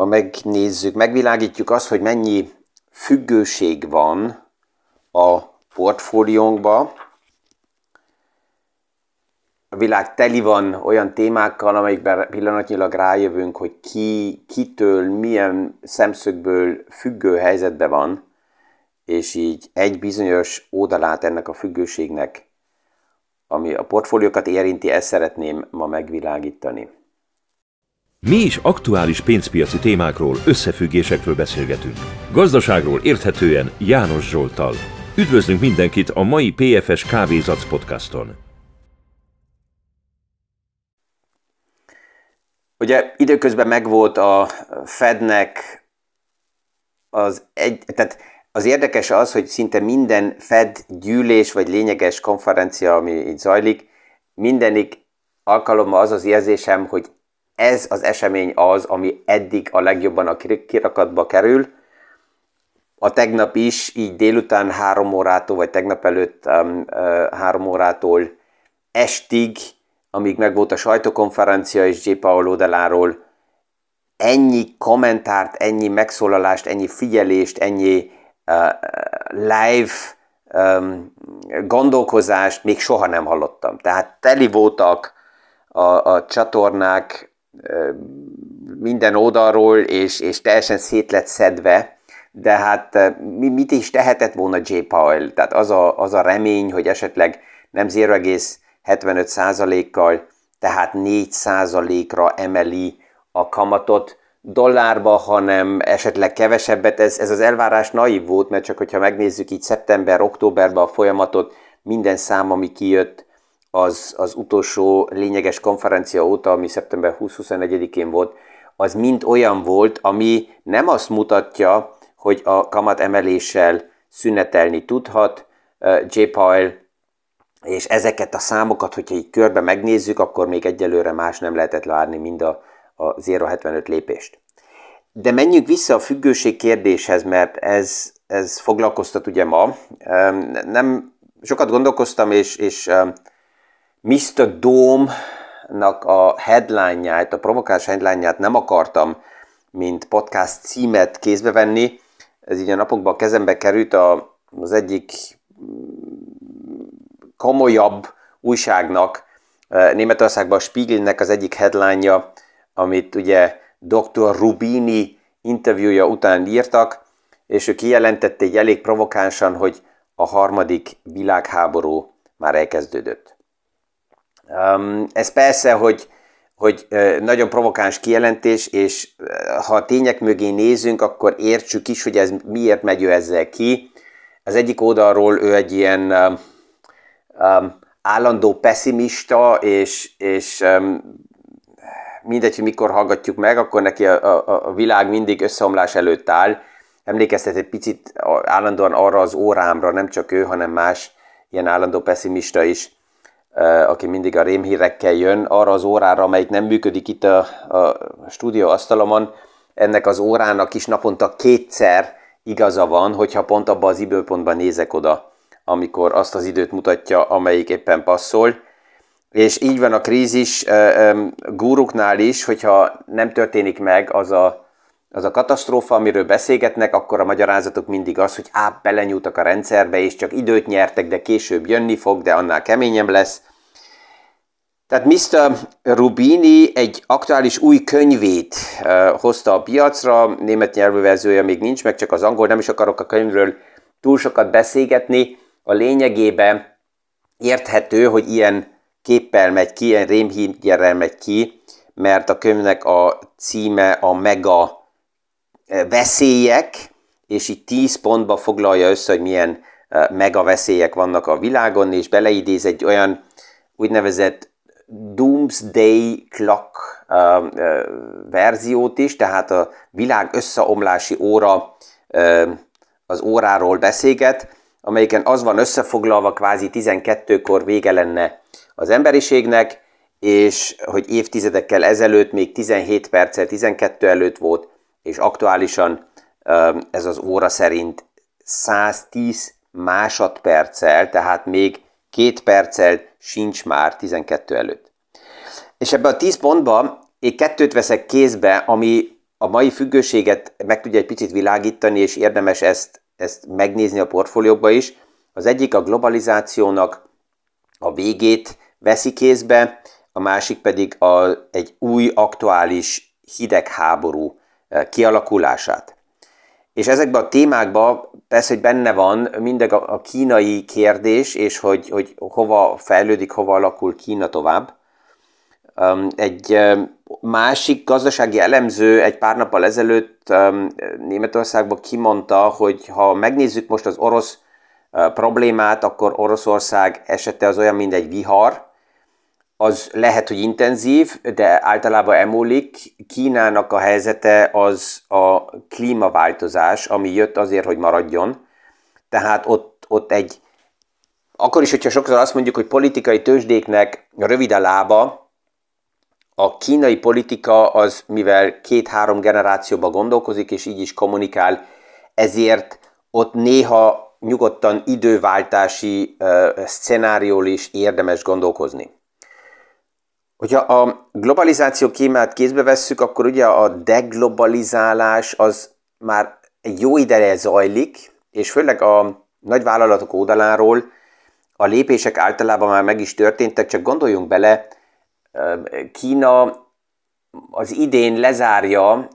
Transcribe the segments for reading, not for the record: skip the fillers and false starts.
megnézzük, megvilágítjuk azt, hogy mennyi függőség van a portfóliónkban. A világ teli van olyan témákkal, amelyikben pillanatnyilag rájövünk, hogy kitől, milyen szemszögből függő helyzetben van, és így egy bizonyos oldalát ennek a függőségnek, ami a portfóliókat érinti, ezt szeretném ma megvilágítani. Mi is aktuális pénzpiaci témákról, összefüggésekről beszélgetünk. Gazdaságról érthetően János Zsolttal. Üdvözlünk mindenkit a mai PFS Kávézac podcaston. Ugye időközben megvolt a Fednek tehát az érdekes az, hogy szinte minden Fed gyűlés vagy lényeges konferencia, ami itt zajlik, mindenik alkalommal az az érzésem, hogy ez az esemény az, ami eddig a legjobban a kirakatba kerül. A tegnap is, így délután 3 órától, vagy tegnap előtt 3 órától estig, amíg megvolt a sajtókonferencia és J. Powell oldaláról, ennyi kommentárt, ennyi megszólalást, ennyi figyelést, ennyi live gondolkozást még soha nem hallottam. Tehát teli voltak a csatornák minden oldalról, és teljesen szét lett szedve, de hát mit is tehetett volna J. Powell? Tehát az a remény, hogy esetleg nem 0,75%-kal, tehát 4%-ra emeli a kamatot dollárba, hanem esetleg kevesebbet. Ez az elvárás naív volt, mert csak hogyha megnézzük így szeptember-októberben a folyamatot, minden szám, ami kijött, az utolsó lényeges konferencia óta, ami szeptember 20-21-én volt, az mind olyan volt, ami nem azt mutatja, hogy a kamat emeléssel szünetelni tudhat J. Powell, és ezeket a számokat, hogyha így körbe megnézzük, akkor még egyelőre más nem lehetett várni, mind a 0,75 lépést. De menjünk vissza a függőség kérdéshez, mert ez foglalkoztat ugye ma. Nem sokat gondolkoztam, és Mr. Dome-nak a headline-ját, a provokáns headline-ját nem akartam, mint podcast címet kézbe venni. Ez így a napokban a kezembe került az egyik komolyabb újságnak, Németországban a Spiegelnek az egyik headline-ja, amit ugye Dr. Rubini interjúja után írtak, és ő kijelentette egy elég provokánsan, hogy a harmadik világháború már elkezdődött. Ez persze, hogy nagyon provokáns kijelentés, és ha a tények mögé nézünk, akkor értsük is, hogy ez miért megy ő ezzel ki. Az egyik oldalról ő egy ilyen állandó pessimista, és mindegy, hogy mikor hallgatjuk meg, akkor neki a világ mindig összeomlás előtt áll. Emlékeztet egy picit állandóan arra az órámra, nem csak ő, hanem más ilyen állandó pessimista is, aki mindig a rémhírekkel jön, arra az órára, amelyik nem működik itt a stúdió asztalomon. Ennek az órának is naponta 2-szer igaza van, hogyha pont abban az időpontban nézek oda, amikor azt az időt mutatja, amelyik éppen passzol. És így van a krízis guruknál is, hogyha nem történik meg az a katasztrófa, amiről beszélgetnek, akkor a magyarázatok mindig az, hogy belenyúltak a rendszerbe, és csak időt nyertek, de később jönni fog, de annál keményebb lesz. Tehát Mr. Rubini egy aktuális új könyvét hozta a piacra, német nyelvű verziója még nincs, meg csak az angol, nem is akarok a könyvről túl sokat beszélgetni. A lényegében érthető, hogy ilyen képpel megy ki, ilyen rémhírrel megy ki, mert a könyvnek a címe a mega veszélyek, és itt 10 pontba foglalja össze, hogy milyen mega veszélyek vannak a világon, és beleidéz egy olyan úgynevezett Doomsday Clock verziót is, tehát a világ összeomlási óra az óráról beszélget, amelyiken az van összefoglalva, kvázi 12-kor vége lenne az emberiségnek, és hogy évtizedekkel ezelőtt még 17 perccel 12 előtt volt, és aktuálisan ez az óra szerint 110 másodperccel, tehát még 2 perccel sincs már 12 előtt. És ebben a 10 pontban én 2 veszek kézbe, ami a mai függőséget meg tudja egy picit világítani, és érdemes ezt megnézni a portfóliókba is. Az egyik a globalizációnak a végét veszi kézbe, a másik pedig egy új, aktuális hidegháború kialakulását. És ezekben a témákban persze, hogy benne van mindegy a kínai kérdés, és hogy hova fejlődik, hova alakul Kína tovább. Egy másik gazdasági elemző egy pár nappal ezelőtt Németországban kimondta, hogy ha megnézzük most az orosz problémát, akkor Oroszország esete az olyan, mint egy vihar. Az lehet, hogy intenzív, de általában elmúlik. Kínának a helyzete az a klímaváltozás, ami jött azért, hogy maradjon. Tehát ott akkor is, hogyha sokszor azt mondjuk, hogy politikai tőzsdéknek rövid a lába, a kínai politika az, mivel 2-3 generációba gondolkozik, és így is kommunikál, ezért ott néha nyugodtan időváltási szcenáriól is érdemes gondolkozni. Hogyha a globalizáció kémát kézbe vesszük, akkor ugye a deglobalizálás az már egy jó ideje zajlik, és főleg a nagyvállalatok oldaláról a lépések általában már meg is történtek, csak gondoljunk bele, Kína az idén lezárja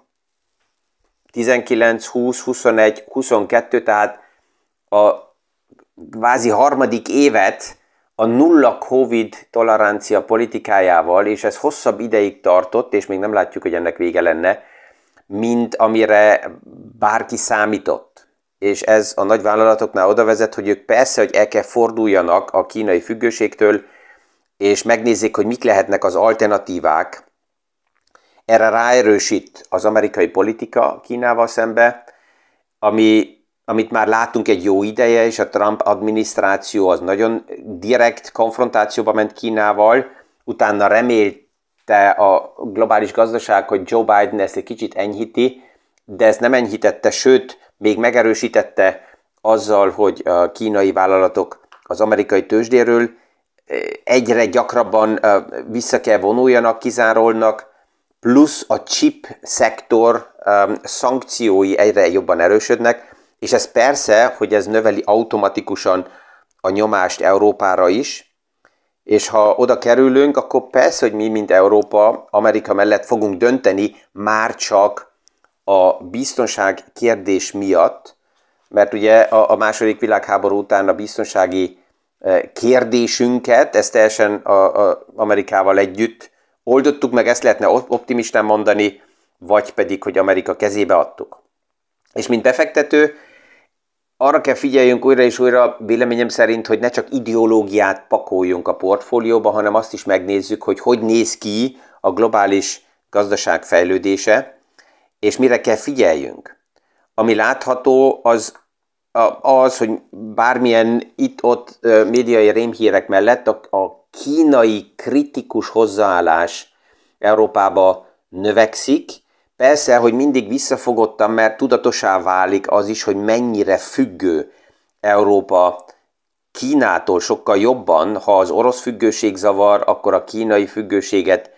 19, 20, 21, 22, tehát a kvázi harmadik évet a nulla Covid tolerancia politikájával, és ez hosszabb ideig tartott, és még nem látjuk, hogy ennek vége lenne, mint amire bárki számított. És ez a nagyvállalatoknál oda vezet, hogy ők persze, hogy el kell forduljanak a kínai függőségtől, és megnézzék, hogy mik lehetnek az alternatívák. Erre ráerősít az amerikai politika Kínával szembe, amit már látunk egy jó ideje, és a Trump adminisztráció az nagyon direkt konfrontációba ment Kínával, utána remélte a globális gazdaság, hogy Joe Biden ezt egy kicsit enyhíti, de ezt nem enyhítette, sőt, még megerősítette azzal, hogy a kínai vállalatok az amerikai tőzsdéről egyre gyakrabban vissza kell vonuljanak, kizárolnak, plusz a chip szektor szankciói egyre jobban erősödnek, és ez persze, hogy ez növeli automatikusan a nyomást Európára is, és ha oda kerülünk, akkor persze, hogy mi, mint Európa, Amerika mellett fogunk dönteni, már csak a biztonság kérdés miatt, mert ugye a második világháború után a biztonsági kérdésünket, ezt teljesen Amerikával együtt oldottuk meg, ezt lehetne optimistán mondani, vagy pedig, hogy Amerika kezébe adtuk. És mint befektető, arra kell figyeljünk újra és újra, véleményem szerint, hogy ne csak ideológiát pakoljunk a portfólióba, hanem azt is megnézzük, hogy néz ki a globális gazdaság fejlődése, és mire kell figyeljünk. Ami látható, az, hogy bármilyen itt-ott médiai rémhírek mellett a kínai kritikus hozzáállás Európába növekszik. Persze, hogy mindig visszafogottam, mert tudatosá válik az is, hogy mennyire függő Európa Kínától sokkal jobban. Ha az orosz függőség zavar, akkor a kínai függőséget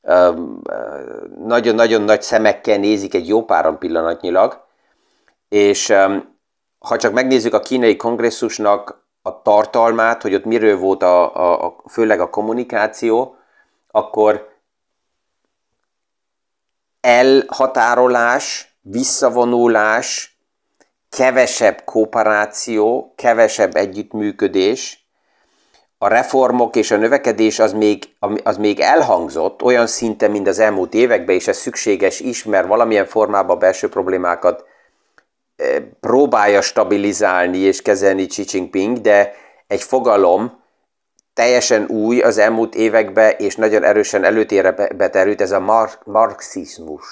nagyon-nagyon nagy szemekkel nézik egy jó páran pillanatnyilag. És ha csak megnézzük a kínai kongresszusnak a tartalmát, hogy ott miről volt főleg a kommunikáció, akkor elhatárolás, visszavonulás, kevesebb kooperáció, kevesebb együttműködés, a reformok és a növekedés az még elhangzott olyan szinten, mint az elmúlt években, és ez szükséges is, mert valamilyen formában a belső problémákat próbálja stabilizálni és kezelni Xi Jinping, de egy fogalom teljesen új az elmúlt években, és nagyon erősen előtérbe beterült, ez a marxizmus.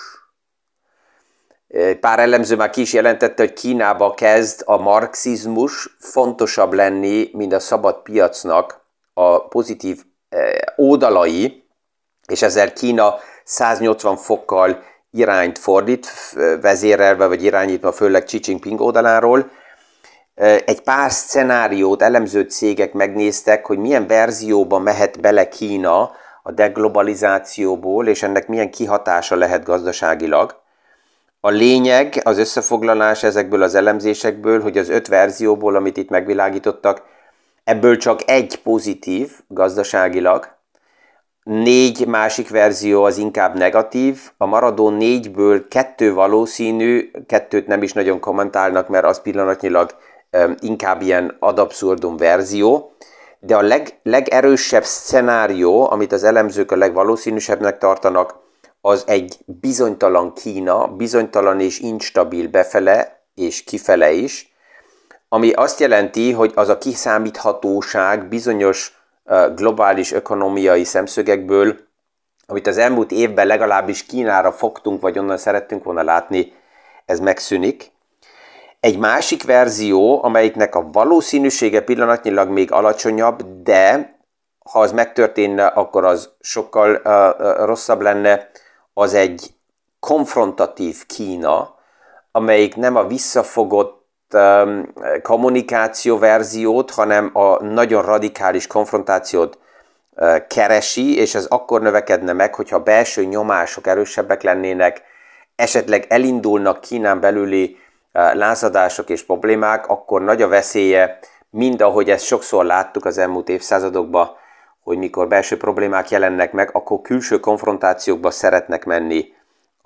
Pár elemző már ki is jelentette, hogy Kínába kezd a marxizmus fontosabb lenni, mint a szabad piacnak a pozitív oldalai, és ezzel Kína 180 fokkal irányt fordít, vezérelve vagy irányítva főleg Xi Jinping oldaláról. Egy pár szcenáriót elemző cégek megnéztek, hogy milyen verzióba mehet bele Kína a deglobalizációból, és ennek milyen kihatása lehet gazdaságilag. A lényeg, az összefoglalás ezekből az elemzésekből, hogy az 5 verzióból, amit itt megvilágítottak, ebből csak egy pozitív gazdaságilag, 4 másik verzió az inkább negatív, a maradó 4-ből 2 valószínű, 2-t nem is nagyon kommentálnak, mert az pillanatnyilag inkább ilyen ad absurdum verzió, de a legerősebb szenárió, amit az elemzők a legvalószínűsebbnek tartanak, az egy bizonytalan Kína, bizonytalan és instabil befele és kifele is, ami azt jelenti, hogy az a kiszámíthatóság bizonyos globális ökonomiai szemszögekből, amit az elmúlt évben legalábbis Kínára fogtunk, vagy onnan szerettünk volna látni, ez megszűnik. Egy másik verzió, amelyiknek a valószínűsége pillanatnyilag még alacsonyabb, de ha az megtörténne, akkor az sokkal rosszabb lenne, az egy konfrontatív Kína, amelyik nem a visszafogott kommunikáció verziót, hanem a nagyon radikális konfrontációt keresi, és ez akkor növekedne meg, hogyha a belső nyomások erősebbek lennének, esetleg elindulnak Kínán belüli lázadások és problémák, akkor nagy a veszélye, mind ahogy ezt sokszor láttuk az elmúlt évszázadokban, hogy mikor belső problémák jelennek meg, akkor külső konfrontációkba szeretnek menni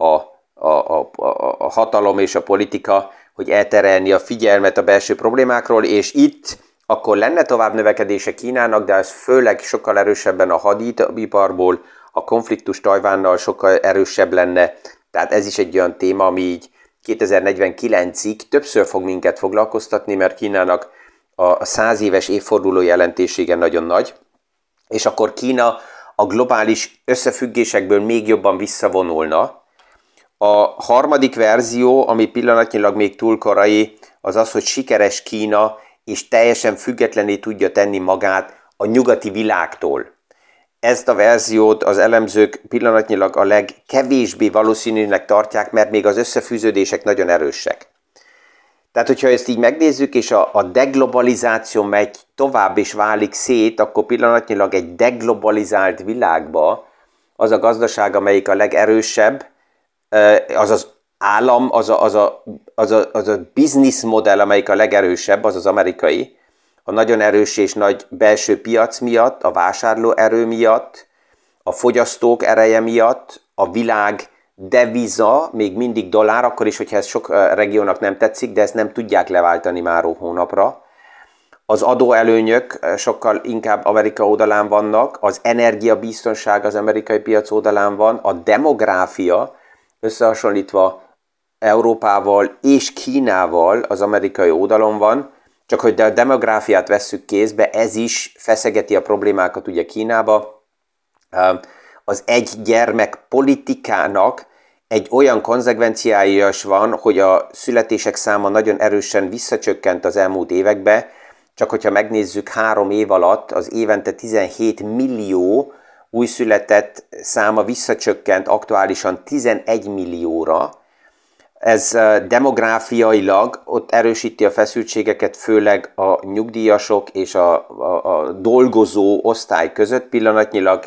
a hatalom és a politika, hogy elterelni a figyelmet a belső problémákról, és itt akkor lenne tovább növekedése Kínának, de ez főleg sokkal erősebben a hadiparból, a konfliktus Tajvánnal sokkal erősebb lenne, tehát ez is egy olyan téma, ami így 2049-ig többször fog minket foglalkoztatni, mert Kínának a 100 éves évforduló jelentősége nagyon nagy, és akkor Kína a globális összefüggésekből még jobban visszavonulna. A harmadik verzió, ami pillanatnyilag még túl korai, az az, hogy sikeres Kína, és teljesen függetlenné tudja tenni magát a nyugati világtól. Ezt a verziót az elemzők pillanatnyilag a legkevésbé valószínűnek tartják, mert még az összefűződések nagyon erősek. Tehát, hogyha ezt így megnézzük, és a deglobalizáció megy tovább és válik szét, akkor pillanatnyilag egy deglobalizált világba az a gazdaság, amelyik a legerősebb, az az állam, az a business modell, amelyik a legerősebb, az az amerikai, a nagyon erős és nagy belső piac miatt, a vásárlóerő miatt, a fogyasztók ereje miatt, a világ deviza, még mindig dollár, akkor is, hogyha ez sok regiónak nem tetszik, de ezt nem tudják leváltani már hónapra. Az adóelőnyök sokkal inkább Amerika oldalán vannak, az energiabiztonság az amerikai piac oldalán van, a demográfia összehasonlítva Európával és Kínával az amerikai oldalon van, csak hogy a demográfiát vesszük kézbe, ez is feszegeti a problémákat ugye Kínába. Az egy gyermek politikának egy olyan konzekvenciája is van, hogy a születések száma nagyon erősen visszacsökkent az elmúlt években, csak hogyha megnézzük 3 év alatt, az évente 17 millió újszületett száma visszacsökkent aktuálisan 11 millióra. Ez demográfiailag ott erősíti a feszültségeket, főleg a nyugdíjasok és a dolgozó osztály között. Pillanatnyilag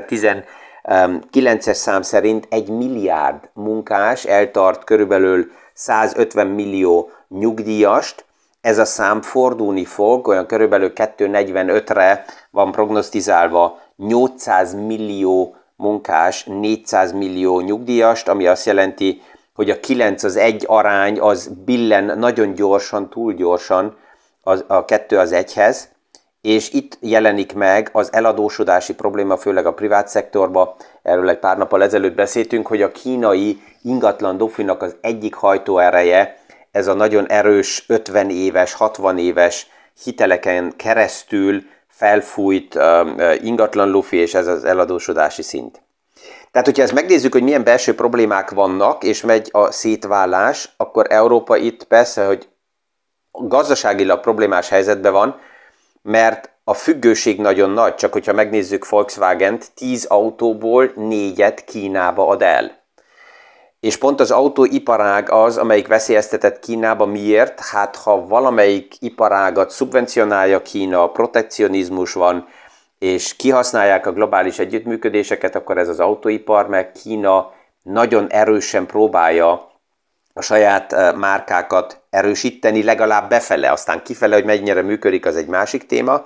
2019-es szám szerint 1 milliárd munkás eltart körülbelül 150 millió nyugdíjast. Ez a szám fordulni fog, olyan körülbelül 245-re van prognosztizálva 800 millió munkás, 400 millió nyugdíjast, ami azt jelenti, hogy a 9 az 1 arány az billen nagyon gyorsan, túl gyorsan a 2 az 1-hez, és itt jelenik meg az eladósodási probléma, főleg a privát szektorban. Erről egy pár nappal ezelőtt beszéltünk, hogy a kínai ingatlan dofinak az egyik hajtóereje, ez a nagyon erős 50 éves, 60 éves hiteleken keresztül felfújt ingatlan lufi, és ez az eladósodási szint. Tehát, hogyha ezt megnézzük, hogy milyen belső problémák vannak, és megy a szétválás, akkor Európa itt persze, hogy gazdaságilag problémás helyzetben van, mert a függőség nagyon nagy, csak hogyha megnézzük Volkswagent, 10 autóból 4-et Kínába ad el. És pont az autóiparág az, amelyik veszélyeztetett Kínába. Miért? Hát ha valamelyik iparágat szubvencionálja Kína, protekcionizmus van, és kihasználják a globális együttműködéseket, akkor ez az autóipar, meg Kína nagyon erősen próbálja a saját márkákat erősíteni, legalább befele, aztán kifele, hogy mennyire működik, az egy másik téma.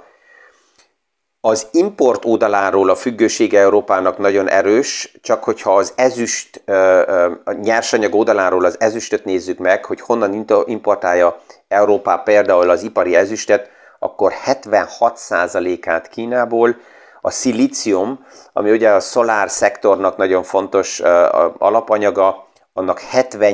Az import oldaláról a függősége Európának nagyon erős, csak hogyha az ezüst, a nyersanyag oldaláról az ezüstöt nézzük meg, hogy honnan importálja Európá például az ipari ezüstet, akkor 76%-át Kínából, a szilícium, ami ugye a szolár szektornak nagyon fontos alapanyaga, annak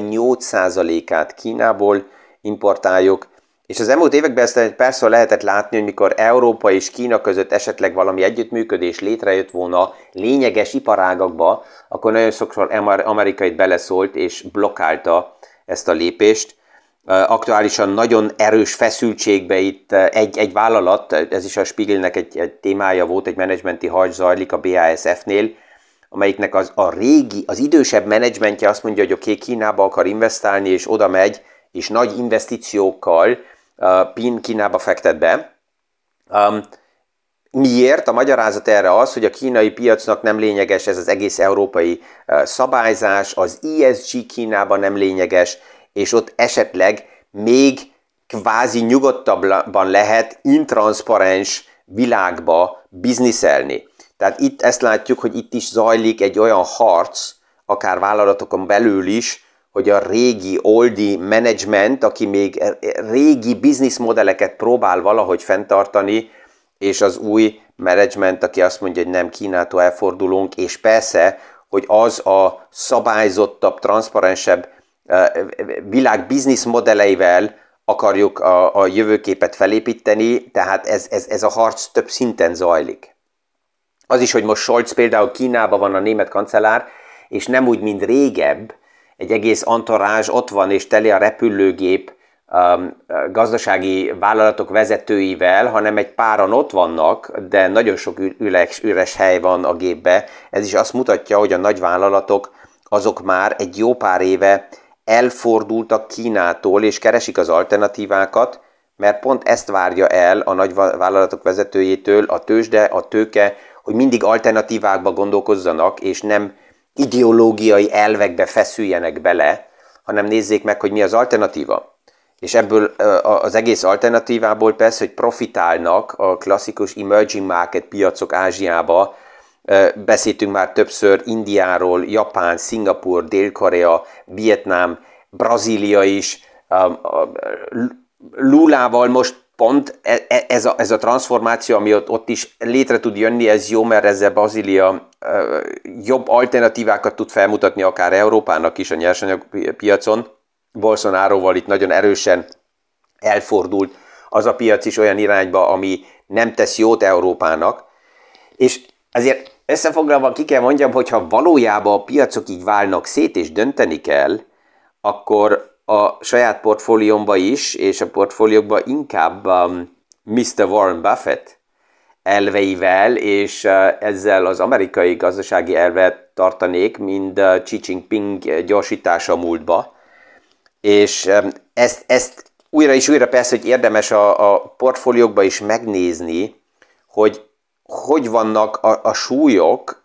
78%-át Kínából importáljuk, és az elmúlt években ezt persze lehetett látni, hogy mikor Európa és Kína között esetleg valami együttműködés létrejött volna lényeges iparágakba, akkor nagyon sokszor Amerika itt beleszólt és blokkálta ezt a lépést. Aktuálisan nagyon erős feszültségbe itt egy vállalat, ez is a Spiegelnek egy témája volt, egy menedzsmenti harc zajlik a BASF-nél, amelyiknek az idősebb menedzsmentje azt mondja, hogy oké, Kínába akar investálni, és oda megy, és nagy investíciókkal Kínába fektet be. Miért? A magyarázat erre az, hogy a kínai piacnak nem lényeges ez az egész európai szabályzás, az ESG Kínában nem lényeges, és ott esetleg még kvázi nyugodtabban lehet intranszparens világba bizniszelni. Tehát itt ezt látjuk, hogy itt is zajlik egy olyan harc, akár vállalatokon belül is, hogy a régi, oldi menedzsment, aki még régi bizniszmodelleket próbál valahogy fenntartani, és az új menedzsment, aki azt mondja, hogy nem, Kínától elfordulunk, és persze, hogy az a szabályzottabb, transzparensebb világ bizniszmodelleivel akarjuk a jövőképet felépíteni, tehát ez a harc több szinten zajlik. Az is, hogy most Scholz például Kínában van, a német kancellár, és nem úgy, mint régebb, egy egész entourage ott van, és teli a repülőgép gazdasági vállalatok vezetőivel, hanem egy páran ott vannak, de nagyon sok üres hely van a gépbe. Ez is azt mutatja, hogy a nagy vállalatok azok már egy jó pár éve elfordultak Kínától, és keresik az alternatívákat, mert pont ezt várja el a nagy vállalatok vezetőjétől a tőzsde, a tőke, hogy mindig alternatívákba gondolkozzanak, és nem ideológiai elvekbe feszüljenek bele, hanem nézzék meg, hogy mi az alternatíva. És ebből az egész alternatívából persze, hogy profitálnak a klasszikus emerging market piacok Ázsiába. Beszéltünk már többször Indiáról, Japán, Szingapur, Dél-Korea, Vietnám, Brazília is. Lulával most pont ez a transformáció, ami ott is létre tud jönni, ez jó, mert ezzel Brazília jobb alternatívákat tud felmutatni akár Európának is a nyersanyagpiacon. Bolsonaroval itt nagyon erősen elfordult az a piac is olyan irányba, ami nem tesz jót Európának. És ezért összefoglalva ki kell mondjam, hogy ha valójában a piacok így válnak szét és dönteni kell, akkor a saját portfóliómba is, és a portfóliókba inkább Mr. Warren Buffett elveivel, és ezzel az amerikai gazdasági elvet tartanék, mint Xi Jinping gyorsítása a múltba. És ezt újra és újra persze, hogy érdemes a portfóliókba is megnézni, hogy vannak a súlyok.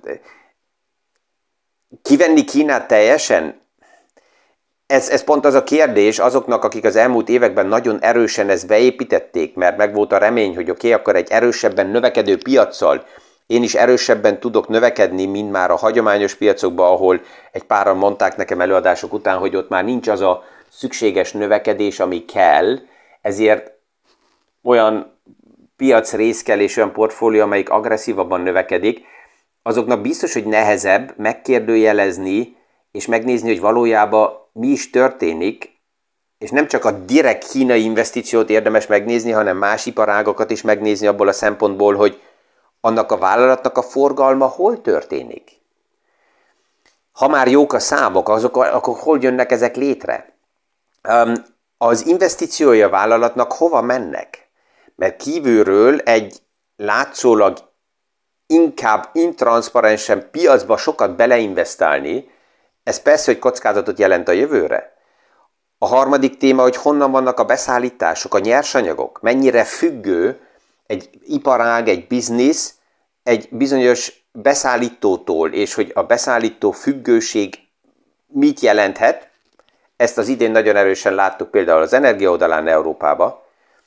Kivenni Kínát teljesen? Ez pont az a kérdés azoknak, akik az elmúlt években nagyon erősen ezt beépítették, mert megvolt a remény, hogy oké, akkor egy erősebben növekedő piaccal én is erősebben tudok növekedni, mint már a hagyományos piacokban, ahol egy páran mondták nekem előadások után, hogy ott már nincs az a szükséges növekedés, ami kell, ezért olyan piacrész kell és olyan portfólió, amelyik agresszívabban növekedik, azoknak biztos, hogy nehezebb megkérdőjelezni és megnézni, hogy valójában mi is történik, és nem csak a direkt kínai investíciót érdemes megnézni, hanem más iparágokat is megnézni abból a szempontból, hogy annak a vállalatnak a forgalma hol történik. Ha már jók a számok, akkor hol jönnek ezek létre? Az investíciója a vállalatnak hova mennek? Mert kívülről egy látszólag inkább intranszparensen piacba sokat beleinvestálni, ez persze, hogy kockázatot jelent a jövőre. A harmadik téma, hogy honnan vannak a beszállítások, a nyersanyagok, mennyire függő egy iparág, egy biznisz egy bizonyos beszállítótól, és hogy a beszállító függőség mit jelenthet, Ezt az idén nagyon erősen láttuk például az energia oldalán Európába.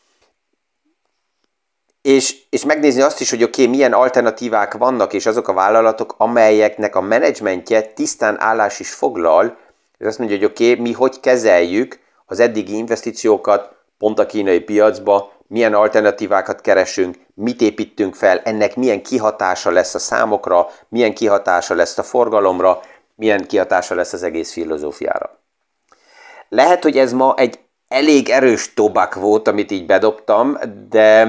És megnézni azt is, hogy oké, milyen alternatívák vannak, és azok a vállalatok, amelyeknek a menedzsmentje tisztán állás is foglal, és azt mondja, hogy oké, mi hogy kezeljük az eddigi investíciókat pont a kínai piacba, milyen alternatívákat keresünk, mit építünk fel, ennek milyen kihatása lesz a számokra, milyen kihatása lesz a forgalomra, milyen kihatása lesz az egész filozófiára. Lehet, hogy ez ma egy elég erős tobak volt, amit így bedobtam, de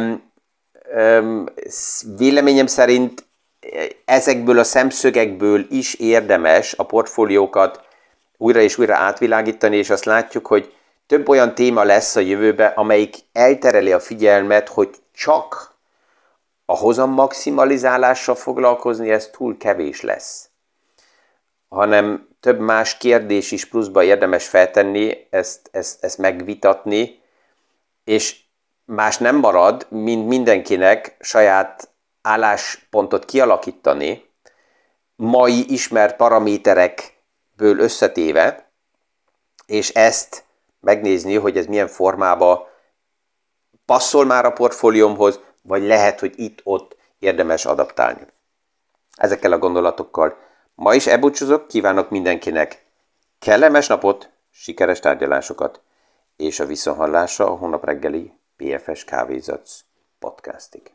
véleményem szerint ezekből a szemszögekből is érdemes a portfóliókat újra és újra átvilágítani, és azt látjuk, hogy több olyan téma lesz a jövőben, amelyik eltereli a figyelmet, hogy csak a hozam maximalizálással foglalkozni, ez túl kevés lesz. Hanem több más kérdés is pluszba érdemes feltenni, ezt megvitatni, és más nem marad, mint mindenkinek saját álláspontot kialakítani, mai ismert paraméterekből összetéve, és ezt megnézni, hogy ez milyen formába passzol már a portfóliómhoz, vagy lehet, hogy itt-ott érdemes adaptálni. Ezekkel a gondolatokkal ma is elbúcsúzok, kívánok mindenkinek kellemes napot, sikeres tárgyalásokat, és a viszonthallásra a hónap reggeli PFS Kávézac podcastig.